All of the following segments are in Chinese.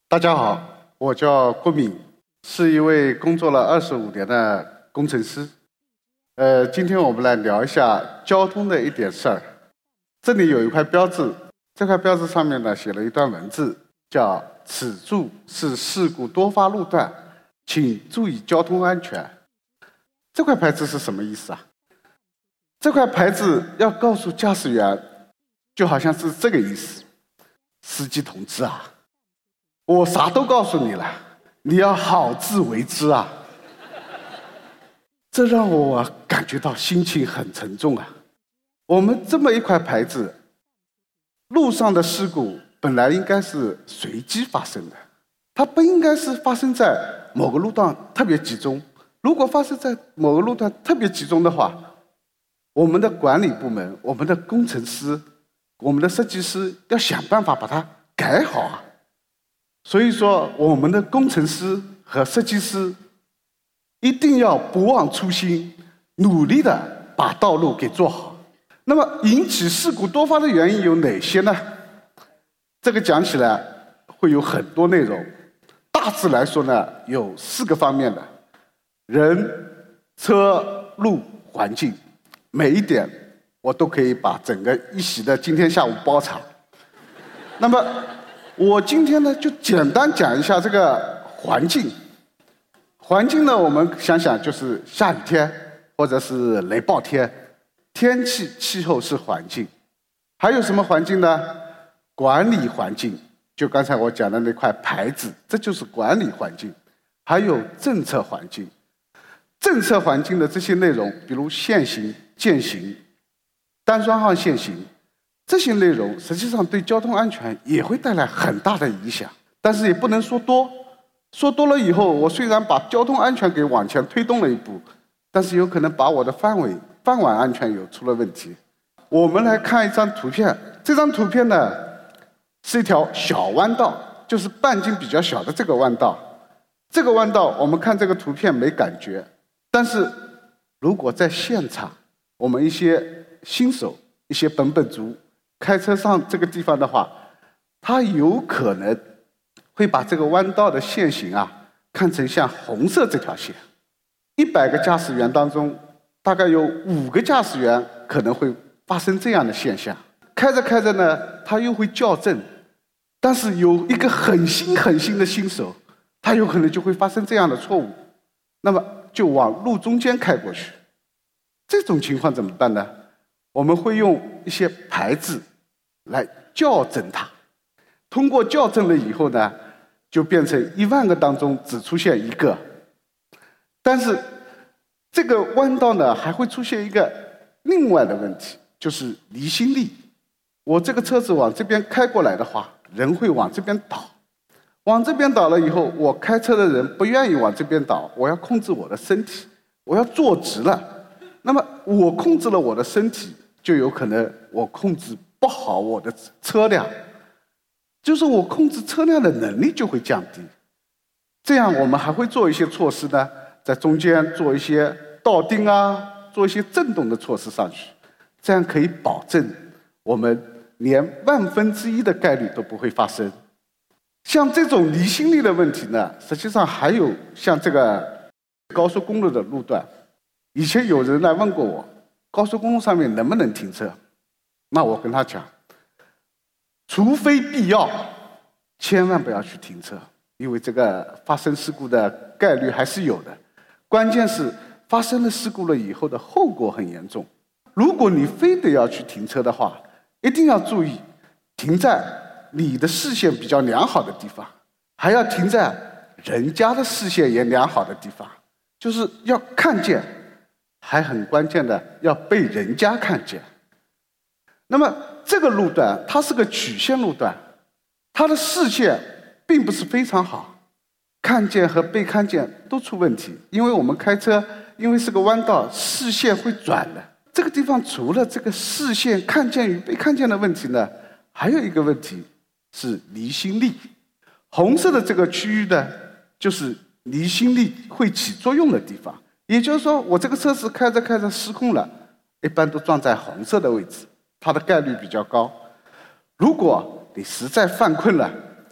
大家好，我叫郭敏，是一位工作了25年的工程师。今天我们来聊一下交通的一点事儿。这里有一块标志，这块标志上面呢写了一段文字，叫"此处是事故多发路段，请注意交通安全"。这块牌子是什么意思啊？这块牌子要告诉驾驶员，就好像是这个意思：司机同志啊，我啥都告诉你了，你要好自为之啊！这让我感觉到心情很沉重啊。我们这么一块牌子，路上的事故本来应该是随机发生的，它不应该是发生在某个路段特别集中。如果发生在某个路段特别集中的话，我们的管理部门、我们的工程师、我们的设计师要想办法把它改好啊。所以说，我们的工程师和设计师一定要不忘初心，努力的把道路给做好。那么引起事故多发的原因有哪些呢？这个讲起来会有很多内容，大致来说呢，有4个方面的：人、车、路、环境。每一点我都可以把整个一席的今天下午包场。那么我今天呢，就简单讲一下这个环境。环境呢，我们想想就是下雨天或者是雷暴天，天气气候是环境。还有什么环境呢？管理环境，就刚才我讲的那块牌子，这就是管理环境。还有政策环境。政策环境的这些内容，比如限行、限行、单双号限行，这些内容实际上对交通安全也会带来很大的影响，但是也不能说多。说多了以后，我虽然把交通安全给往前推动了一步，但是有可能把我的饭碗安全有出了问题。我们来看一张图片，这张图片呢是一条小弯道，就是半径比较小的这个弯道。这个弯道我们看这个图片没感觉，但是如果在现场，我们一些新手、一些本族开车上这个地方的话，他有可能会把这个弯道的限行啊看成像红色这条线。100个驾驶员当中，大概有5个驾驶员可能会发生这样的现象。开着开着呢，他又会校正，但是有一个很新的新手，他有可能就会发生这样的错误，那么就往路中间开过去。这种情况怎么办呢？我们会用一些牌子来校正它。通过校正了以后呢，就变成10000个当中只出现1个。但是这个弯道呢，还会出现一个另外的问题，就是离心力。我这个车子往这边开过来的话，人会往这边倒。往这边倒了以后，我开车的人不愿意往这边倒，我要控制我的身体，我要坐直了。那么我控制了我的身体，就有可能我控制不好我的车辆，就是我控制车辆的能力就会降低。这样我们还会做一些措施呢，在中间做一些倒钉啊，做一些震动的措施上去，这样可以保证我们连1/1000的概率都不会发生。像这种离心力的问题呢，实际上还有像这个高速公路的路段。以前有人来问过我，高速公路上面能不能停车？那我跟他讲，除非必要，千万不要去停车，因为这个发生事故的概率还是有的。关键是发生了事故了以后的后果很严重。如果你非得要去停车的话，一定要注意停在你的视线比较良好的地方，还要停在人家的视线也良好的地方，就是要看见，还很关键的要被人家看见。那么这个路段它是个曲线路段，它的视线并不是非常好，看见和被看见都出问题。因为我们开车，因为是个弯道，视线会转的。这个地方除了这个视线看见与被看见的问题呢，还有一个问题是离心力。红色的这个区域呢，就是离心力会起作用的地方。也就是说，我这个车子开着开着失控了，一般都撞在红色的位置，它的概率比较高。如果你实在犯困了，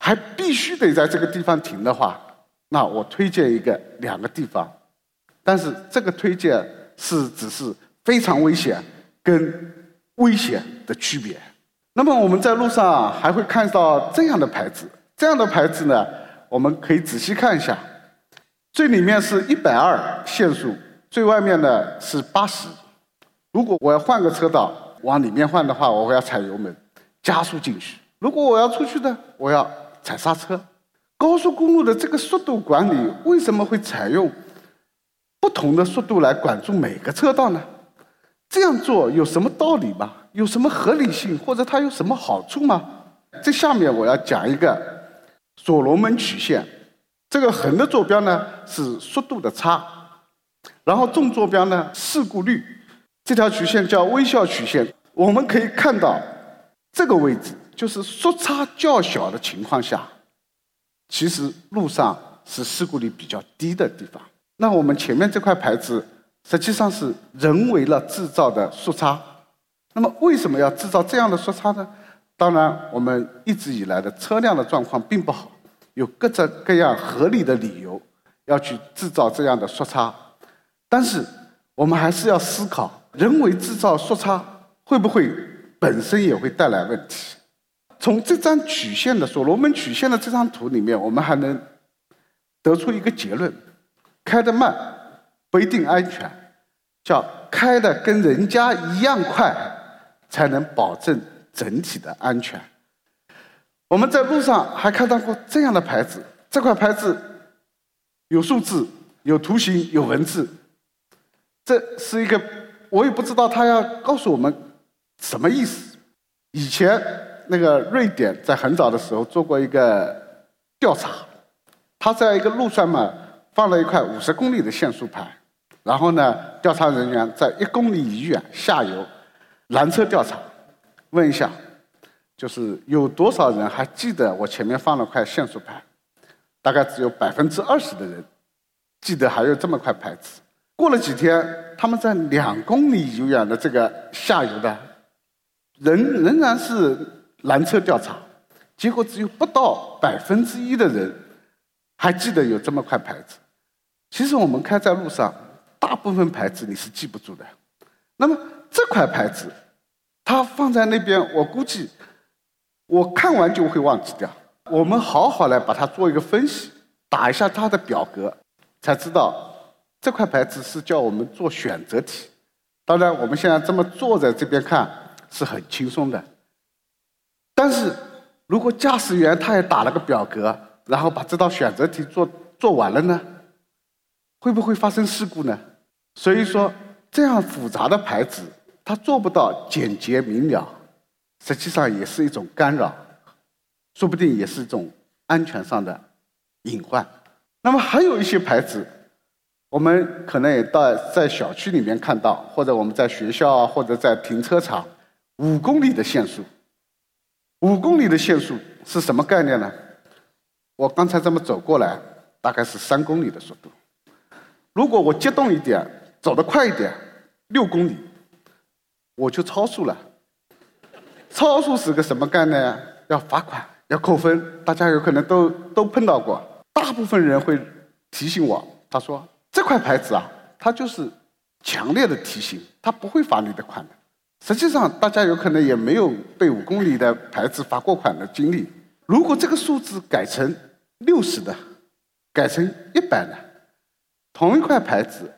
还必须得在这个地方停的话，那我推荐2个地方，但是这个推荐只是非常危险跟危险的区别。那么我们在路上还会看到这样的牌子，这样的牌子呢，我们可以仔细看一下，最里面是120限速，最外面呢是80。如果我要换个车道往里面换的话，我要踩油门加速进去；如果我要出去呢，我要踩刹车。高速公路的这个速度管理为什么会采用不同的速度来管住每个车道呢？这样做有什么道理吗？有什么合理性，或者它有什么好处吗？这下面我要讲一个所罗门曲线。这个横的坐标呢是速度的差，然后纵坐标呢事故率。这条曲线叫微笑曲线。我们可以看到这个位置，就是速差较小的情况下，其实路上是事故率比较低的地方。那我们前面这块牌子实际上是人为了制造的速差。那么为什么要制造这样的速差呢？当然我们一直以来的车辆的状况并不好，有各种各样合理的理由要去制造这样的速差，但是我们还是要思考，人为制造速差会不会本身也会带来问题。从这张曲线的所罗门曲线的这张图里面，我们还能得出一个结论：开得慢不一定安全，叫开得跟人家一样快才能保证整体的安全。我们在路上还看到过这样的牌子，这块牌子有数字、有图形、有文字，这是一个我也不知道他要告诉我们什么意思。以前那个瑞典在很早的时候做过一个调查，他在一个路上嘛放了一块50公里的限速牌，然后呢，调查人员在1公里以远下游拦车调查，问一下，就是有多少人还记得我前面放了块限速牌？大概只有20%的人记得还有这么块牌子。过了几天，他们在2公里以远的这个下游的仍然是拦车调查，结果只有不到1%的人还记得有这么块牌子。其实我们开在路上，大部分牌子你是记不住的。那么这块牌子，它放在那边，我估计我看完就会忘记掉。我们好好来把它做一个分析，打一下它的表格，才知道这块牌子是叫我们做选择题。当然，我们现在这么坐在这边看是很轻松的，但是如果驾驶员他也打了个表格，然后把这道选择题做完了呢，会不会发生事故呢？所以说，这样复杂的牌子，它做不到简洁明了，实际上也是一种干扰，说不定也是一种安全上的隐患。那么还有一些牌子，我们可能也在小区里面看到，或者我们在学校啊，或者在停车场，5公里的限速。5公里的限速是什么概念呢？我刚才这么走过来，大概是3公里的速度。如果我激动一点，走得快一点，6公里，我就超速了。超速是个什么概念呀？要罚款，要扣分，大家有可能都碰到过。大部分人会提醒我，他说这块牌子啊，它就是强烈的提醒，它不会罚你的款的。实际上，大家有可能也没有被5公里的牌子罚过款的经历。如果这个数字改成60的，改成100的，同一块牌子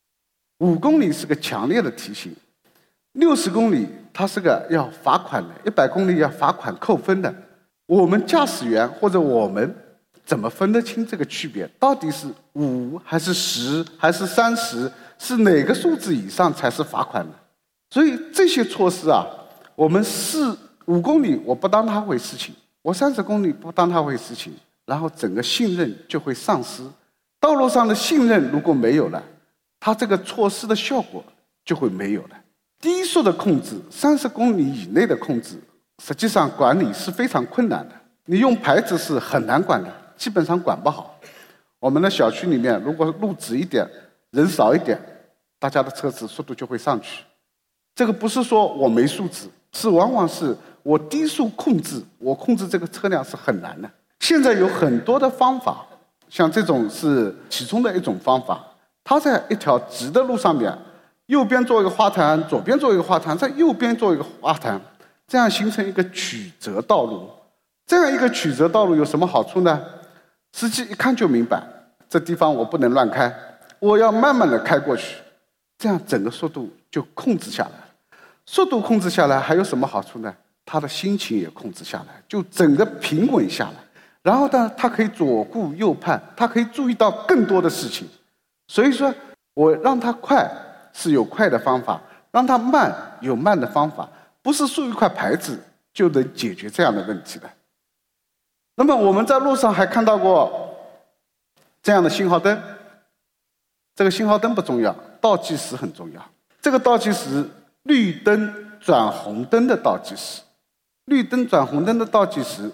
，5公里是个强烈的提醒，60公里它是个要罚款的，100公里要罚款扣分的。我们驾驶员或者我们怎么分得清这个区别？到底是5还是10还是30？是哪个数字以上才是罚款的？所以这些措施啊，我们5公里我不当它回事情，我30公里不当它回事情，然后整个信任就会丧失。道路上的信任如果没有了，它这个措施的效果就会没有了。低速的控制，30公里以内的控制，实际上管理是非常困难的。你用牌子是很难管的，基本上管不好。我们的小区里面，如果路直一点，人少一点，大家的车子速度就会上去。这个不是说我没素质，是往往是我低速控制，我控制这个车辆是很难的。 现在有很多的方法，像这种是其中的一种方法，它在一条直的路上面，右边做一个花坛，左边做一个花坛，在右边做一个花坛，这样形成一个曲折道路。这样一个曲折道路有什么好处呢？司机一看就明白，这地方我不能乱开，我要慢慢的开过去，这样整个速度就控制下来了。速度控制下来还有什么好处呢？他的心情也控制下来，就整个平稳下来。然后呢，他可以左顾右盼，他可以注意到更多的事情。所以说，我让他快是有快的方法，让他慢有慢的方法，不是竖一块牌子就能解决这样的问题的。那么我们在路上还看到过这样的信号灯，这个信号灯不重要，倒计时很重要。这个倒计时，绿灯转红灯的倒计时，绿灯转红灯的倒计时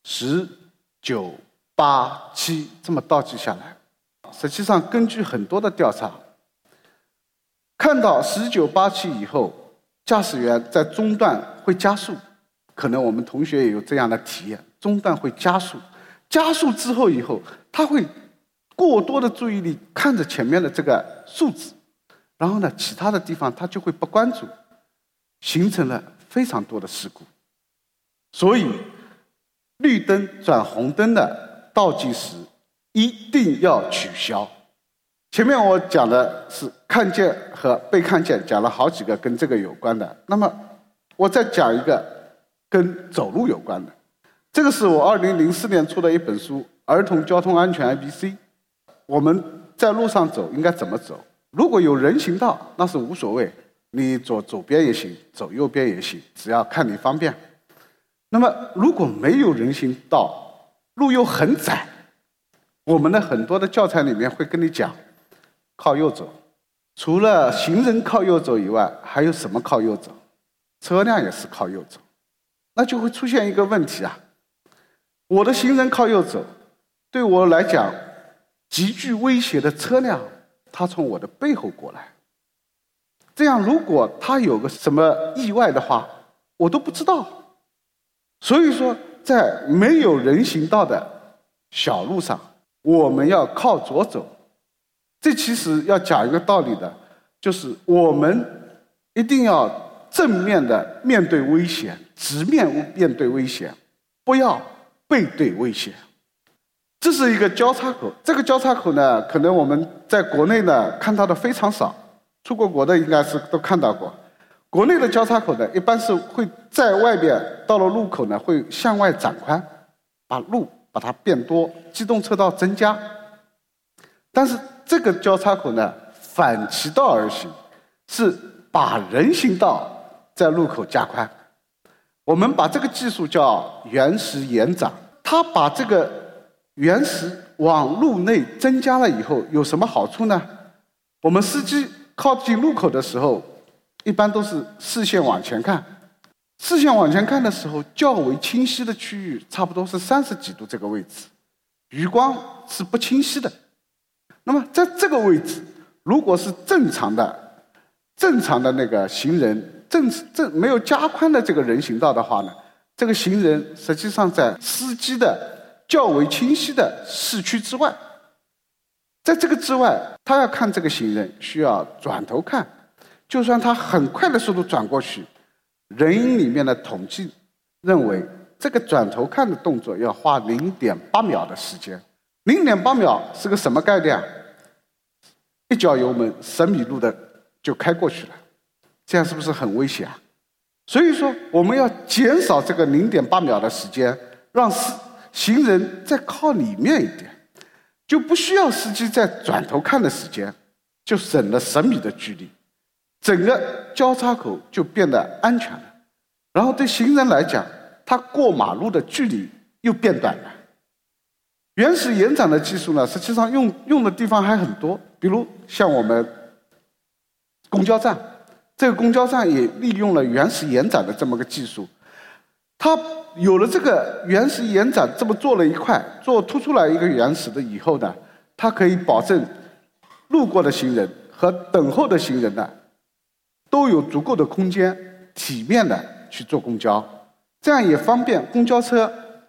，10、9、8、7这么倒计下来。实际上，根据很多的调查，看到10、9、8、7以后，驾驶员在中段会加速。可能我们同学也有这样的体验，中段会加速，加速之后以后，他会过多的注意力看着前面的这个数字，然后呢，其他的地方他就会不关注，形成了非常多的事故。所以，绿灯转红灯的倒计时一定要取消。前面我讲的是看见和被看见，讲了好几个跟这个有关的。那么，我再讲一个跟走路有关的。这个是我2004年出的一本书《儿童交通安全 ABC》。我们在路上走应该怎么走？如果有人行道，那是无所谓，你走左边也行，走右边也行，只要看你方便。那么如果没有人行道，路又很窄，我们的很多的教材里面会跟你讲靠右走。除了行人靠右走以外，还有什么靠右走？车辆也是靠右走。那就会出现一个问题啊，我的行人靠右走，对我来讲极具威胁的车辆，它从我的背后过来，这样如果他有个什么意外的话，我都不知道。所以说，在没有人行道的小路上，我们要靠左走。这其实要讲一个道理的，就是我们一定要正面的面对危险，直面面对危险，不要背对危险。这是一个交叉口，这个交叉口呢，可能我们在国内呢看到的非常少，出过国的应该是都看到过。国内的交叉口呢，一般是会在外边到了路口呢，会向外展宽，把它变多，机动车道增加。但是这个交叉口呢，反其道而行，是把人行道在路口加宽。我们把这个技术叫原石延展。它把这个原石往路内增加了以后，有什么好处呢？我们司机靠近路口的时候，一般都是视线往前看。视线往前看的时候，较为清晰的区域差不多是30几度这个位置，余光是不清晰的。那么在这个位置，如果是正常的那个行人，没有加宽的这个人行道的话呢，这个行人实际上在司机的较为清晰的视区之外。在这个之外，他要看这个行人，需要转头看。就算他很快的速度转过去，人因里面的统计认为，这个转头看的动作要花0.8秒的时间。0.8秒是个什么概念？一脚油门10米路的就开过去了，这样是不是很危险啊？所以说，我们要减少这个0.8秒的时间，让行人再靠里面一点，就不需要司机在转头看的时间，就省了10米的距离，整个交叉口就变得安全了。然后对行人来讲，他过马路的距离又变短了。原始延展的技术呢，实际上用的地方还很多，比如像我们公交站，这个公交站也利用了原始延展的这么个技术。它有了这个原始延展，这么做了一块，凸出来一个原始的以后呢，它可以保证路过的行人和等候的行人呢，都有足够的空间，体面的去坐公交，这样也方便公交车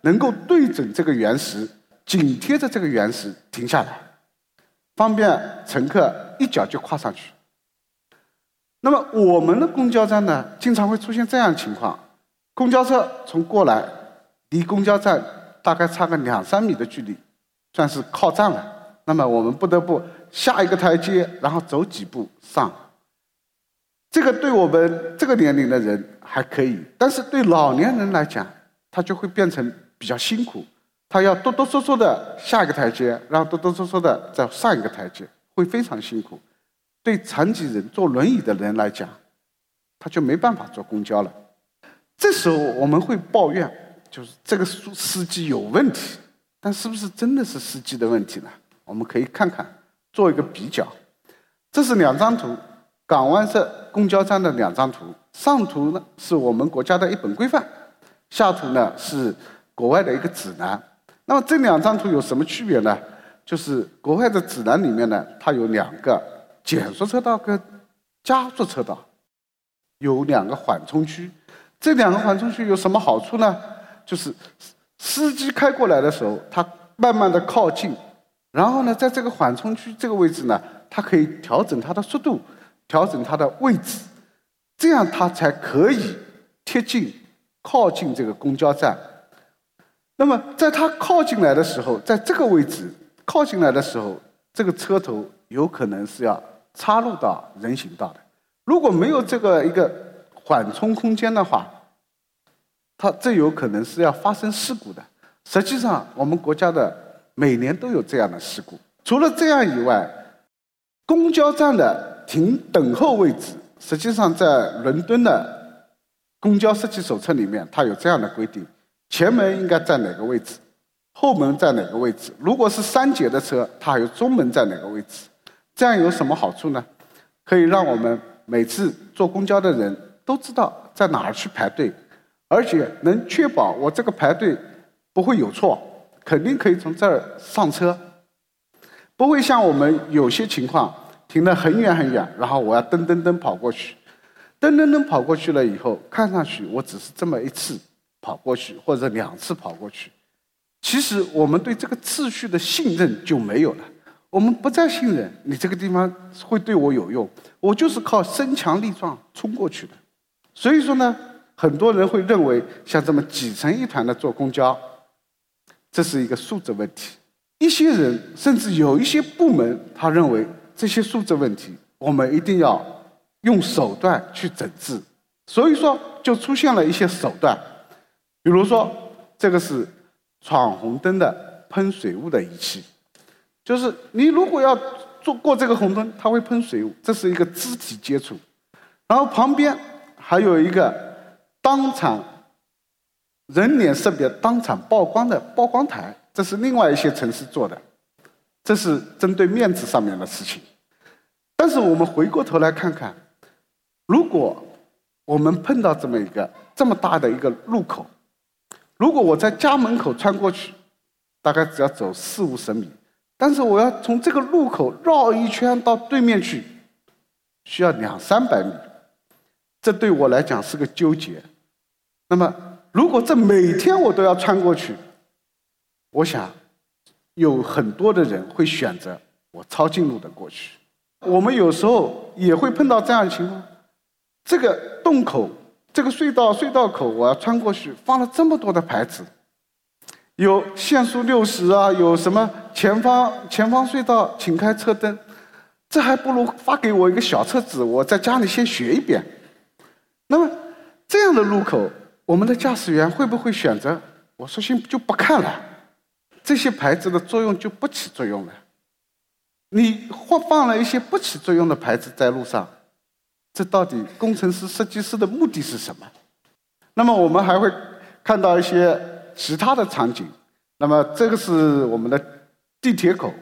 能够对准这个原石，紧贴着这个原石停下来，方便乘客一脚就跨上去。那么我们的公交站呢，经常会出现这样的情况：公交车从过来，离公交站大概差个2-3米的距离，算是靠站了。那么我们不得不下一个台阶，然后走几步上。这个对我们这个年龄的人还可以，但是对老年人来讲，他就会变成比较辛苦，他要哆哆嗦嗦的下一个台阶，然后哆哆嗦嗦的再上一个台阶，会非常辛苦。对残疾人、坐轮椅的人来讲，他就没办法坐公交了。这时候我们会抱怨，就是这个司机有问题，但是不是真的是司机的问题呢？我们可以看看，做一个比较。这是2张图，港湾社公交站的2张图。上图呢是我们国家的一本规范，下图呢是国外的一个指南。那么这2张图有什么区别呢？就是国外的指南里面呢，它有2个减速车道跟加速车道，有2个缓冲区。这2个缓冲区有什么好处呢？就是司机开过来的时候，他慢慢的靠近，然后呢，在这个缓冲区这个位置呢，他可以调整它的速度，调整它的位置，这样他才可以贴近、靠近这个公交站。那么在他靠近来的时候，在这个位置靠近来的时候，这个车头有可能是要插入到人行道的。如果没有这个一个缓冲空间的话，它这有可能是要发生事故的。实际上，我们国家的每年都有这样的事故。除了这样以外，公交站的等候位置，实际上在伦敦的公交设计手册里面，它有这样的规定：前门应该在哪个位置，后门在哪个位置。如果是3节的车，它还有中门在哪个位置。这样有什么好处呢？可以让我们每次坐公交的人都知道在哪儿去排队，而且能确保我这个排队不会有错，肯定可以从这儿上车，不会像我们有些情况停得很远很远，然后我要噔噔噔跑过去，噔噔噔跑过去了以后，看上去我只是这么1次跑过去，或者2次跑过去，其实我们对这个秩序的信任就没有了。我们不再信任你这个地方会对我有用，我就是靠身强力壮冲过去的。所以说呢，很多人会认为像这么挤成一团的坐公交，这是一个素质问题。一些人甚至有一些部门，他认为这些素质问题我们一定要用手段去整治，所以说就出现了一些手段，比如说这个是闯红灯的喷水雾的仪器，就是你如果要过这个红灯，它会喷水雾，这是一个肢体接触。然后旁边还有一个当场人脸识别、当场曝光的曝光台，这是另外一些城市做的，这是针对面子上面的事情。但是我们回过头来看看，如果我们碰到这么大的一个路口，如果我在家门口穿过去，大概只要走40-50米，但是我要从这个路口绕一圈到对面去，需要200-300米，这对我来讲是个纠结。那么如果这每天我都要穿过去，我想有很多的人会选择我抄近路的过去。我们有时候也会碰到这样的情况，这个洞口、这个隧道口，我要穿过去，放了这么多的牌子，有限速60啊，有什么前方隧道请开车灯，这还不如发给我一个小册子，我在家里先学一遍。那么这样的路口，我们的驾驶员会不会选择我索性就不看了？这些牌子的作用就不起作用了。你放了一些不起作用的牌子在路上，这到底工程师、设计师的目的是什么？那么我们还会看到一些其他的场景。那么这个是我们的地铁口，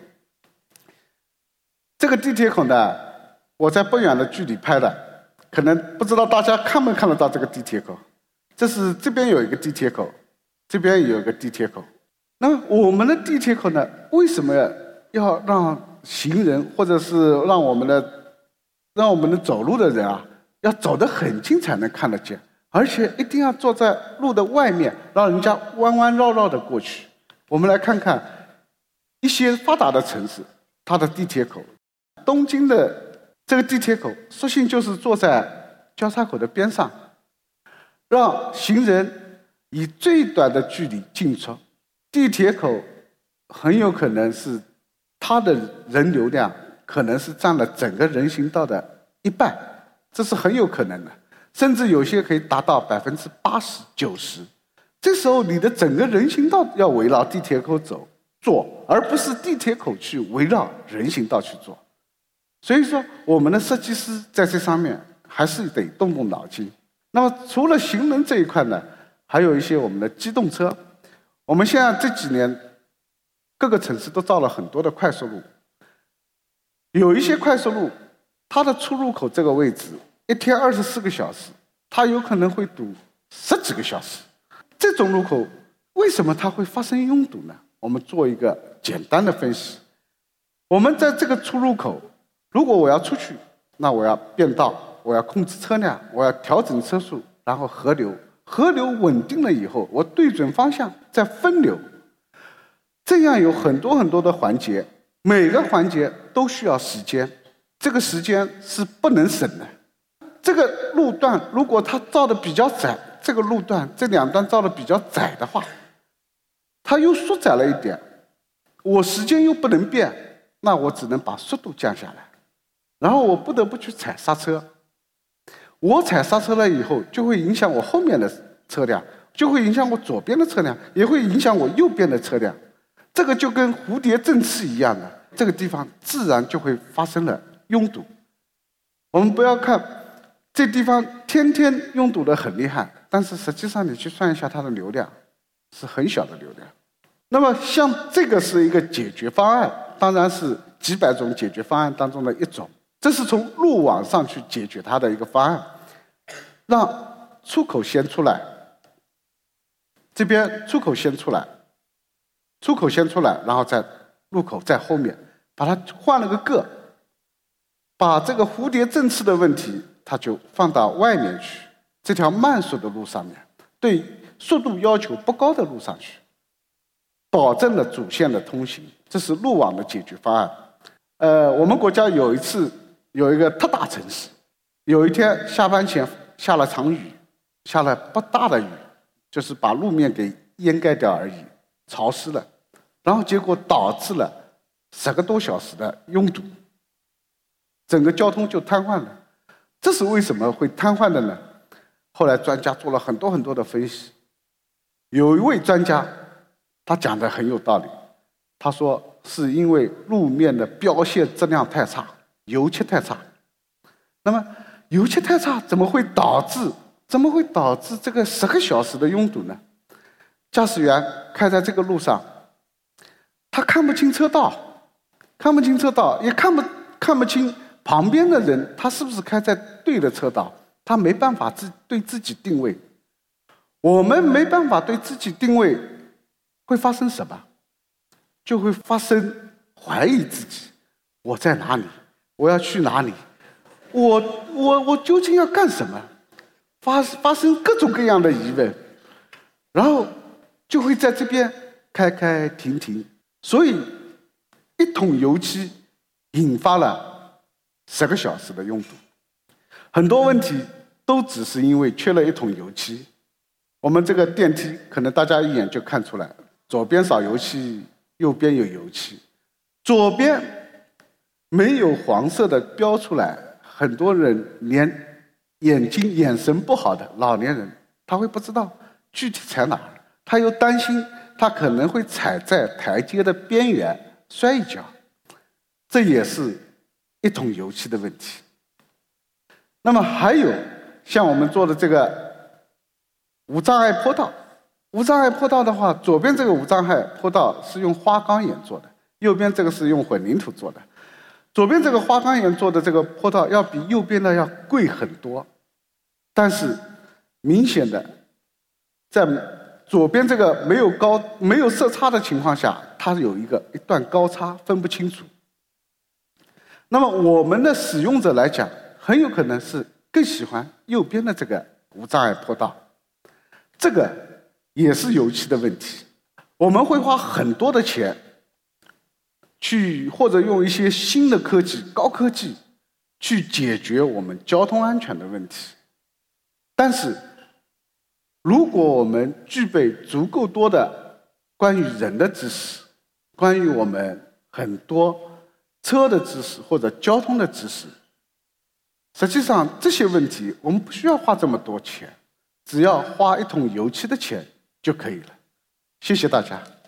这个地铁口呢，我在不远的距离拍的，可能不知道大家看没看得到这个地铁口。这边有一个地铁口，这边也有一个地铁口。那么我们的地铁口呢，为什么要让行人或者是让我们的走路的人啊，要走得很近才能看得见？ 而且一定要坐在路的外面，让人家弯弯绕绕的过去。我们来看看一些发达的城市，它的地铁口，东京的这个地铁口，索性就是坐在交叉口的边上，让行人以最短的距离进出。地铁口很有可能是它的人流量可能是占了整个人行道的一半，这是很有可能的，甚至有些可以达到80%、90%。这时候你的整个人行道要围绕地铁口做，而不是地铁口去围绕人行道去做。所以说，我们的设计师在这上面还是得动动脑筋。那么除了行人这一块呢，还有一些我们的机动车。我们现在这几年各个城市都造了很多的快速路，有一些快速路它的出入口这个位置一天24个小时，它有可能会堵10几个小时。这种路口为什么它会发生拥堵呢？我们做一个简单的分析。我们在这个出入口，如果我要出去，那我要变道，我要控制车辆，我要调整车速，然后河流稳定了以后，我对准方向再分流。这样有很多的环节，每个环节都需要时间，这个时间是不能省的。这个路段如果它造的比较窄，这个路段这两端造的比较窄的话，它又缩窄了一点，我时间又不能变，那我只能把速度降下来，然后我不得不去踩刹车。我踩刹车了以后，就会影响我后面的车辆，就会影响我左边的车辆，也会影响我右边的车辆。这个就跟蝴蝶振翅一样的，这个地方自然就会发生了拥堵。我们不要看这地方天天拥堵得很厉害，但是实际上你去算一下它的流量，是很小的流量。那么像这个是一个解决方案，当然是几百种解决方案当中的一种，这是从路网上去解决它的一个方案，让出口先出来，这边出口先出来，然后在路口在后面，把它换了个个，把这个蝴蝶振翅的问题，它就放到外面去，这条慢速的路上面，对速度要求不高的路上去，保证了主线的通行，这是路网的解决方案。我们国家有一个特大城市，有一天下班前下了场雨，下了不大的雨，就是把路面给掩盖掉而已，潮湿了，然后结果导致了10个多小时的拥堵，整个交通就瘫痪了。这是为什么会瘫痪的呢？后来专家做了很多的分析，有一位专家他讲的很有道理，他说是因为路面的标线质量太差，油漆太差。那么油漆太差怎么会导致这个10个小时的拥堵呢？驾驶员开在这个路上，他看不清车道，也看不清旁边的人他是不是开在对的车道，他没办法对自己定位。我们没办法对自己定位，会发生什么？就会发生怀疑自己，我在哪里？我要去哪里？我究竟要干什么？发生各种各样的疑问，然后就会在这边开停。所以一桶油漆引发了10个小时的拥堵，很多问题都只是因为缺了一桶油漆。我们这个电梯可能大家一眼就看出来，左边少油漆，右边有油漆，左边没有黄色的标出来，很多人连眼神不好的老年人，他会不知道具体踩哪儿，他又担心他可能会踩在台阶的边缘摔一跤，这也是一桶油漆的问题。那么还有像我们做的这个无障碍坡道，无障碍坡道的话，左边这个无障碍坡道是用花岗岩做的，右边这个是用混凝土做的。左边这个花岗岩做的这个坡道要比右边的要贵很多，但是明显的在左边这个没有色差的情况下，它有一段高差分不清楚。那么我们的使用者来讲，很有可能是更喜欢右边的这个无障碍坡道，这个也是油漆的问题。我们会花很多的钱或者用一些新的科技、高科技去解决我们交通安全的问题。但是，如果我们具备足够多的关于人的知识，关于我们很多车的知识或者交通的知识，实际上这些问题我们不需要花这么多钱，只要花一桶油漆的钱就可以了。谢谢大家。